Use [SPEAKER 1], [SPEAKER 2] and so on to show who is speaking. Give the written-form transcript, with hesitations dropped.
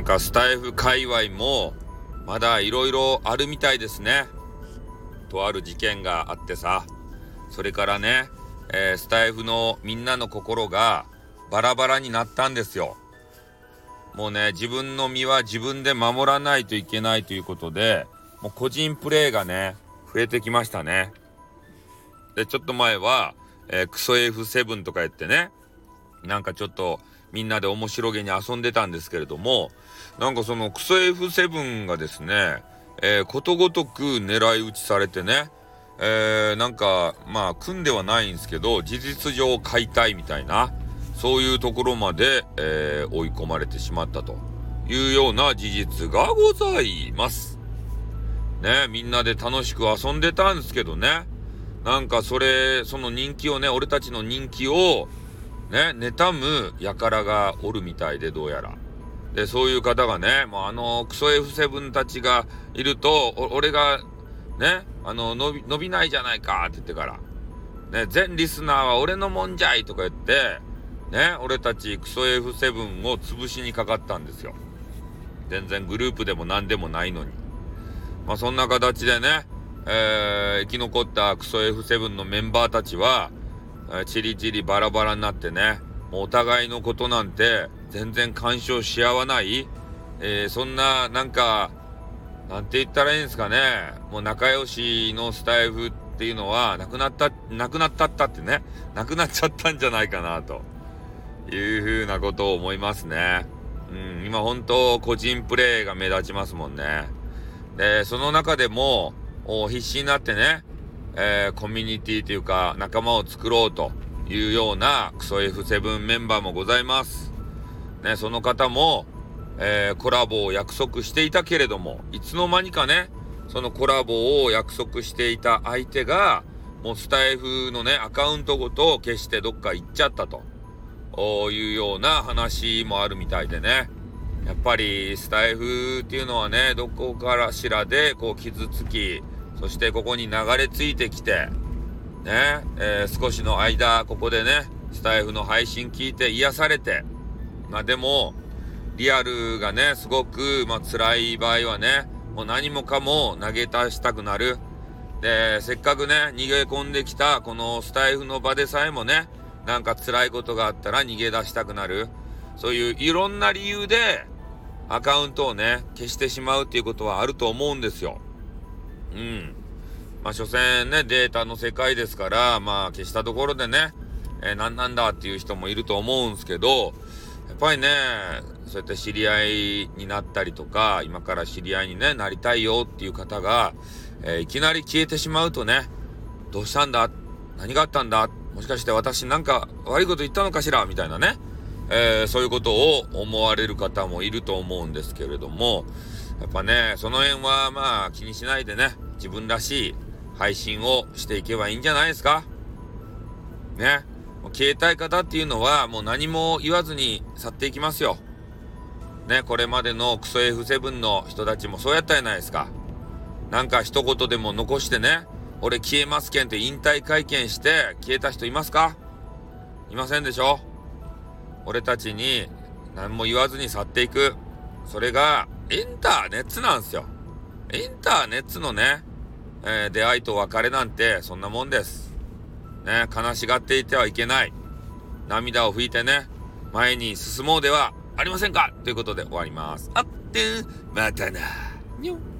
[SPEAKER 1] なんかスタイフ界隈もまだいろいろあるみたいですね。とある事件があってさ、それからね、スタイフのみんなの心がバラバラになったんですよ。もうね、自分の身は自分で守らないといけないということで、もう個人プレイがね増えてきましたね。で、ちょっと前は、クソ F7 とか言ってね、なんかちょっとみんなで面白げに遊んでたんですけれども、なんかそのクソ F7 がですね、ことごとく狙い撃ちされてね、なんかまあ組んではないんですけど、事実上解体みたいな、そういうところまで、追い込まれてしまったというような事実がございますね。みんなで楽しく遊んでたんですけどね、なんかその人気をね、俺たちの人気をね、妬む輩がおるみたいで、どうやら。で、そういう方がね、もうクソ F7 たちがいると、俺がね、伸びないじゃないかって言ってから、ね、全リスナーは俺のもんじゃいとか言って、ね、俺たちクソ F7 を潰しにかかったんですよ。全然グループでも何でもないのに。まあそんな形でね、生き残ったクソ F7 のメンバーたちは、チリチリバラバラになってね、もうお互いのことなんて全然干渉し合わない、そんななんか、なんて言ったらいいんですかね、もう仲良しのスタイフっていうのはなくなっちゃったんじゃないかなというふうなことを思いますね。今本当個人プレイが目立ちますもんね。で、その中でも必死になってね、コミュニティというか仲間を作ろうというようなクソ F7 メンバーもございますね。その方も、コラボを約束していたけれども、いつの間にかね、そのコラボを約束していた相手がもうスタイフのねアカウントごと消してどっか行っちゃったというような話もあるみたいでね。やっぱりスタイフっていうのはね、どこからしらでこう傷つき、そしてここに流れ着いてきてね、少しの間ここでねスタイフの配信聞いて癒されて、まあでもリアルがねすごく辛い場合はね、もう何もかも投げ出したくなる。で、せっかくね逃げ込んできたこのスタイフの場でさえもね、なんか辛いことがあったら逃げ出したくなる。そういういろんな理由でアカウントをね消してしまうっていうことはあると思うんですよ。まあ所詮ねデータの世界ですから、まあ消したところでね、何なんだっていう人もいると思うんですけど、やっぱりねそうやって知り合いになったりとか、今から知り合いにねなりたいよっていう方が、いきなり消えてしまうとね、どうしたんだ、何があったんだ、もしかして私なんか悪いこと言ったのかしらみたいなね、そういうことを思われる方もいると思うんですけれども、やっぱねその辺はまあ気にしないでね、自分らしい配信をしていけばいいんじゃないですかね。消えたい方っていうのはもう何も言わずに去っていきますよね。これまでのクソ F7 の人たちもそうやったじゃないですか。なんか一言でも残してね、俺消えますけんって引退会見して消えた人いますか？いませんでしょ。俺たちに何も言わずに去っていく、それがインターネットなんですよ。インターネットのね、出会いと別れなんてそんなもんですね。悲しがっていてはいけない。涙を拭いてね前に進もうではありませんかということで終わります。あってまたなにょ。